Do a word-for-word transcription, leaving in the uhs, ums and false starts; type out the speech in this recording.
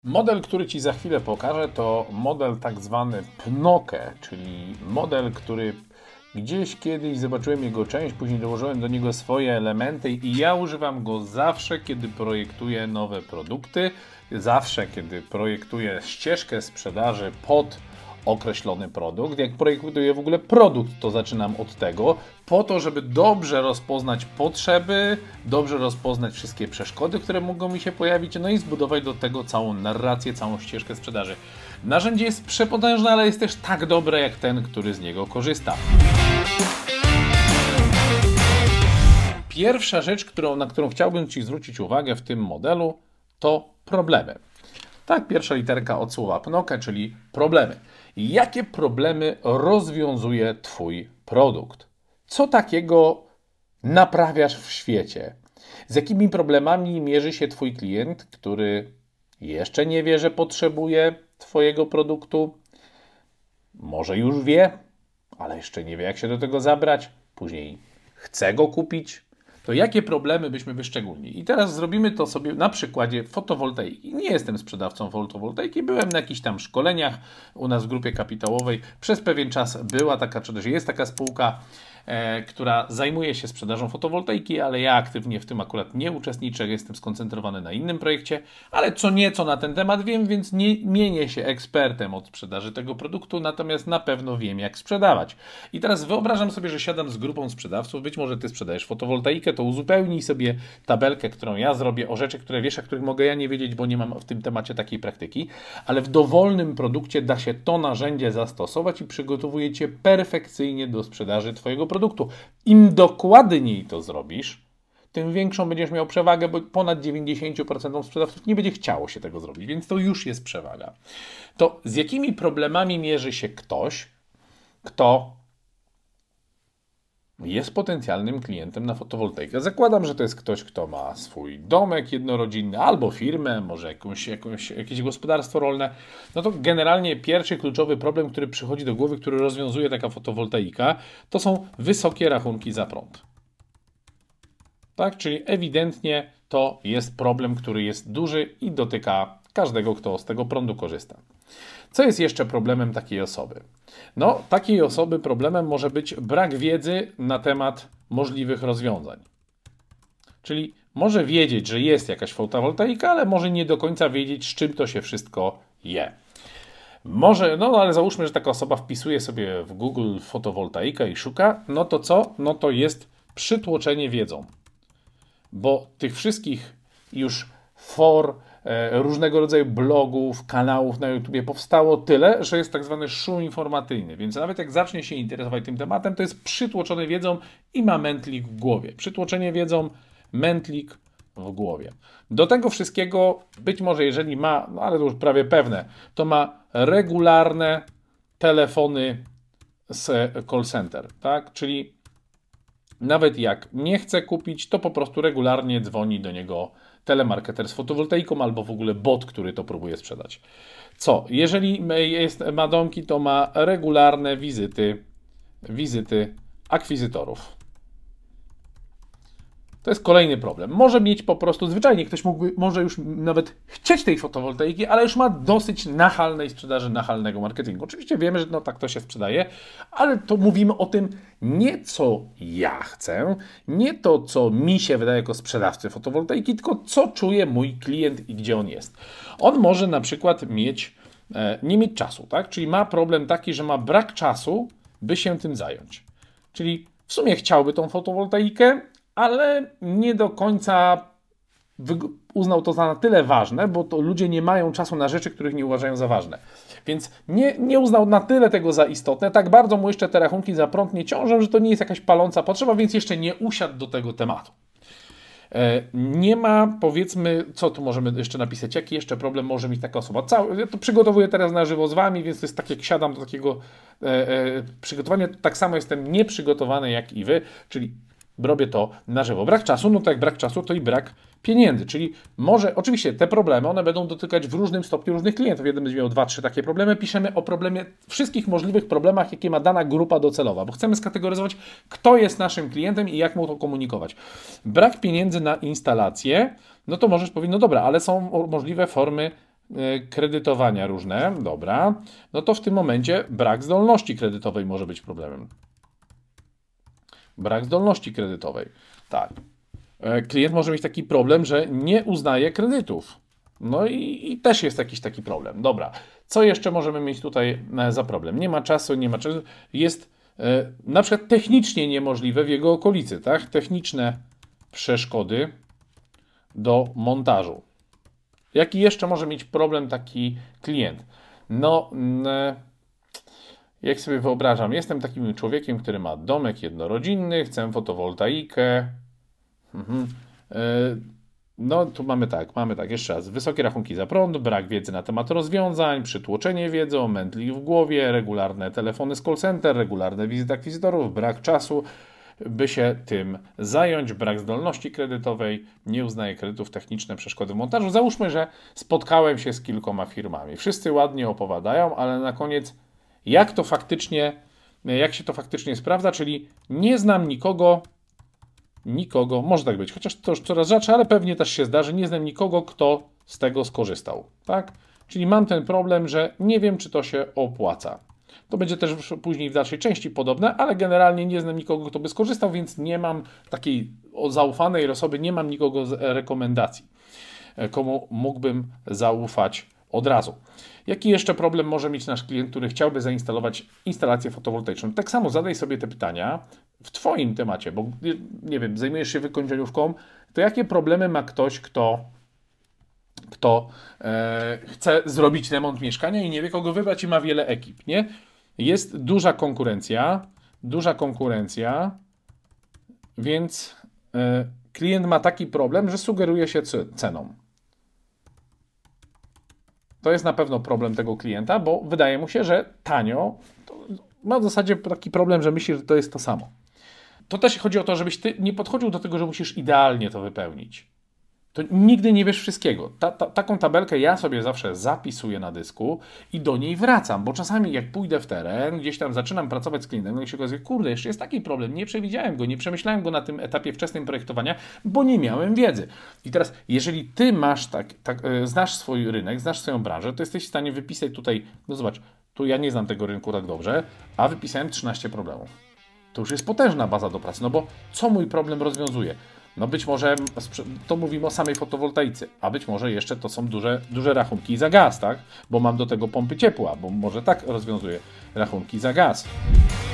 Model, który Ci za chwilę pokażę, to model tak zwany Pnoke, czyli model, który gdzieś kiedyś zobaczyłem jego część, później dołożyłem do niego swoje elementy i ja używam go zawsze, kiedy projektuję nowe produkty, zawsze, kiedy projektuję ścieżkę sprzedaży pod określony produkt. Jak projektuję w ogóle produkt, to zaczynam od tego, po to, żeby dobrze rozpoznać potrzeby, dobrze rozpoznać wszystkie przeszkody, które mogą mi się pojawić, no i zbudować do tego całą narrację, całą ścieżkę sprzedaży. Narzędzie jest przepotężne, ale jest też tak dobre jak ten, który z niego korzysta. Pierwsza rzecz, którą, na którą chciałbym Ci zwrócić uwagę w tym modelu, to problemy. Tak, pierwsza literka od słowa Pnoke, czyli problemy. Jakie problemy rozwiązuje Twój produkt? Co takiego naprawiasz w świecie? Z jakimi problemami mierzy się Twój klient, który jeszcze nie wie, że potrzebuje Twojego produktu? Może już wie, ale jeszcze nie wie, jak się do tego zabrać. Później chce go kupić. To jakie problemy byśmy wyszczególnili? I teraz zrobimy to sobie na przykładzie fotowoltaiki. Nie jestem sprzedawcą fotowoltaiki, byłem na jakichś tam szkoleniach u nas w grupie kapitałowej. Przez pewien czas była taka, czy też jest taka spółka, e, która zajmuje się sprzedażą fotowoltaiki, ale ja aktywnie w tym akurat nie uczestniczę, jestem skoncentrowany na innym projekcie, ale co nieco na ten temat wiem, więc nie mienię się ekspertem od sprzedaży tego produktu, natomiast na pewno wiem, jak sprzedawać. I teraz wyobrażam sobie, że siadam z grupą sprzedawców, być może Ty sprzedajesz fotowoltaikę, to uzupełnij sobie tabelkę, którą ja zrobię o rzeczy, które wiesz, o których mogę ja nie wiedzieć, bo nie mam w tym temacie takiej praktyki, ale w dowolnym produkcie da się to narzędzie zastosować i przygotowuje Cię perfekcyjnie do sprzedaży Twojego produktu. Im dokładniej to zrobisz, tym większą będziesz miał przewagę, bo ponad dziewięćdziesiąt procent sprzedawców nie będzie chciało się tego zrobić, więc to już jest przewaga. To z jakimi problemami mierzy się ktoś, kto jest potencjalnym klientem na fotowoltaikę? Zakładam, że to jest ktoś, kto ma swój domek jednorodzinny albo firmę, może jakąś, jakąś, jakieś gospodarstwo rolne. No to generalnie pierwszy kluczowy problem, który przychodzi do głowy, który rozwiązuje taka fotowoltaika, to są wysokie rachunki za prąd. Tak? Czyli ewidentnie to jest problem, który jest duży i dotyka każdego, kto z tego prądu korzysta. Co jest jeszcze problemem takiej osoby? No, takiej osoby problemem może być brak wiedzy na temat możliwych rozwiązań. Czyli może wiedzieć, że jest jakaś fotowoltaika, ale może nie do końca wiedzieć, z czym to się wszystko je. Może, no ale załóżmy, że taka osoba wpisuje sobie w Google fotowoltaika i szuka, no to co? No to jest przytłoczenie wiedzą. Bo tych wszystkich już for, e, różnego rodzaju blogów, kanałów na YouTubie powstało tyle, że jest tak zwany szum informacyjny. Więc nawet jak zacznie się interesować tym tematem, to jest przytłoczony wiedzą i ma mętlik w głowie. Przytłoczenie wiedzą, mętlik w głowie. Do tego wszystkiego, być może jeżeli ma, no ale to już prawie pewne, to ma regularne telefony z call center, tak? Czyli nawet jak nie chce kupić, to po prostu regularnie dzwoni do niego telemarketer z fotowoltaiką albo w ogóle bot, który to próbuje sprzedać. Co? Jeżeli jest, ma domki, to ma regularne wizyty, wizyty akwizytorów. To jest kolejny problem. Może mieć po prostu, zwyczajnie ktoś mógłby, może już nawet chcieć tej fotowoltaiki, ale już ma dosyć nachalnej sprzedaży, nachalnego marketingu. Oczywiście wiemy, że no tak to się sprzedaje, ale to mówimy o tym nie co ja chcę, nie to co mi się wydaje jako sprzedawcy fotowoltaiki, tylko co czuje mój klient i gdzie on jest. On może na przykład mieć, e, nie mieć czasu, tak? Czyli ma problem taki, że ma brak czasu, by się tym zająć. Czyli w sumie chciałby tą fotowoltaikę, ale nie do końca uznał to za na tyle ważne, bo to ludzie nie mają czasu na rzeczy, których nie uważają za ważne. Więc nie, nie uznał na tyle tego za istotne, tak bardzo mu jeszcze te rachunki za prąd nie ciążą, że to nie jest jakaś paląca potrzeba, więc jeszcze nie usiadł do tego tematu. Nie ma, powiedzmy, co tu możemy jeszcze napisać, jaki jeszcze problem może mieć taka osoba. Cały, ja to przygotowuję teraz na żywo z Wami, więc to jest tak, jak siadam do takiego e, e, przygotowania, tak samo jestem nieprzygotowany jak i Wy, czyli robię to na żywo. Brak czasu, no to jak brak czasu, to i brak pieniędzy, czyli może, oczywiście te problemy, one będą dotykać w różnym stopniu różnych klientów. Jeden będzie miał dwa, trzy takie problemy. Piszemy o problemie, wszystkich możliwych problemach, jakie ma dana grupa docelowa, bo chcemy skategoryzować, kto jest naszym klientem i jak mu to komunikować. Brak pieniędzy na instalację, no to możesz powiedzieć, no dobra, ale są możliwe formy kredytowania różne, dobra, no to w tym momencie brak zdolności kredytowej może być problemem. Brak zdolności kredytowej, tak. Klient może mieć taki problem, że nie uznaje kredytów. No i, i też jest jakiś taki problem. Dobra, co jeszcze możemy mieć tutaj za problem? Nie ma czasu, nie ma czasu. Jest e, na przykład technicznie niemożliwe w jego okolicy, tak? Techniczne przeszkody do montażu. Jaki jeszcze może mieć problem taki klient? No, n, jak sobie wyobrażam, jestem takim człowiekiem, który ma domek jednorodzinny, chcę fotowoltaikę. Mhm. E, No, tu mamy tak, mamy tak, jeszcze raz. Wysokie rachunki za prąd, brak wiedzy na temat rozwiązań, przytłoczenie wiedzą, mętlik w głowie, regularne telefony z call center, regularne wizyty akwizytorów, brak czasu, by się tym zająć, brak zdolności kredytowej, nie uznaje kredytów, techniczne przeszkody w montażu. Załóżmy, że spotkałem się z kilkoma firmami. Wszyscy ładnie opowiadają, ale na koniec jak to faktycznie, jak się to faktycznie sprawdza, czyli nie znam nikogo, Nikogo, może tak być, chociaż to już coraz rzadsze, ale pewnie też się zdarzy, nie znam nikogo, kto z tego skorzystał, tak? Czyli mam ten problem, że nie wiem, czy to się opłaca. To będzie też później w dalszej części podobne, ale generalnie nie znam nikogo, kto by skorzystał, więc nie mam takiej zaufanej osoby, nie mam nikogo z rekomendacji, komu mógłbym zaufać od razu. Jaki jeszcze problem może mieć nasz klient, który chciałby zainstalować instalację fotowoltaiczną? Tak samo zadaj sobie te pytania w Twoim temacie, bo nie wiem, zajmujesz się wykończeniówką, to jakie problemy ma ktoś, kto, kto e, chce zrobić remont mieszkania i nie wie, kogo wybrać i ma wiele ekip, nie? Jest duża konkurencja, duża konkurencja, więc e, klient ma taki problem, że sugeruje się ceną. To jest na pewno problem tego klienta, bo wydaje mu się, że tanio ma w zasadzie taki problem, że myśli, że to jest to samo. To też chodzi o to, żebyś ty nie podchodził do tego, że musisz idealnie to wypełnić. To nigdy nie wiesz wszystkiego. Ta, ta, taką tabelkę ja sobie zawsze zapisuję na dysku i do niej wracam, bo czasami jak pójdę w teren, gdzieś tam zaczynam pracować z klientem, no i się okazuje, kurde, jeszcze jest taki problem, nie przewidziałem go, nie przemyślałem go na tym etapie wczesnym projektowania, bo nie miałem wiedzy. I teraz, jeżeli ty masz tak, tak znasz swój rynek, znasz swoją branżę, to jesteś w stanie wypisać tutaj, no zobacz, tu ja nie znam tego rynku tak dobrze, a wypisałem trzynaście problemów. To już jest potężna baza do pracy, no bo co mój problem rozwiązuje? No być może to mówimy o samej fotowoltaice, a być może jeszcze to są duże, duże rachunki za gaz, tak? Bo mam do tego pompy ciepła, bo może tak rozwiązuję rachunki za gaz.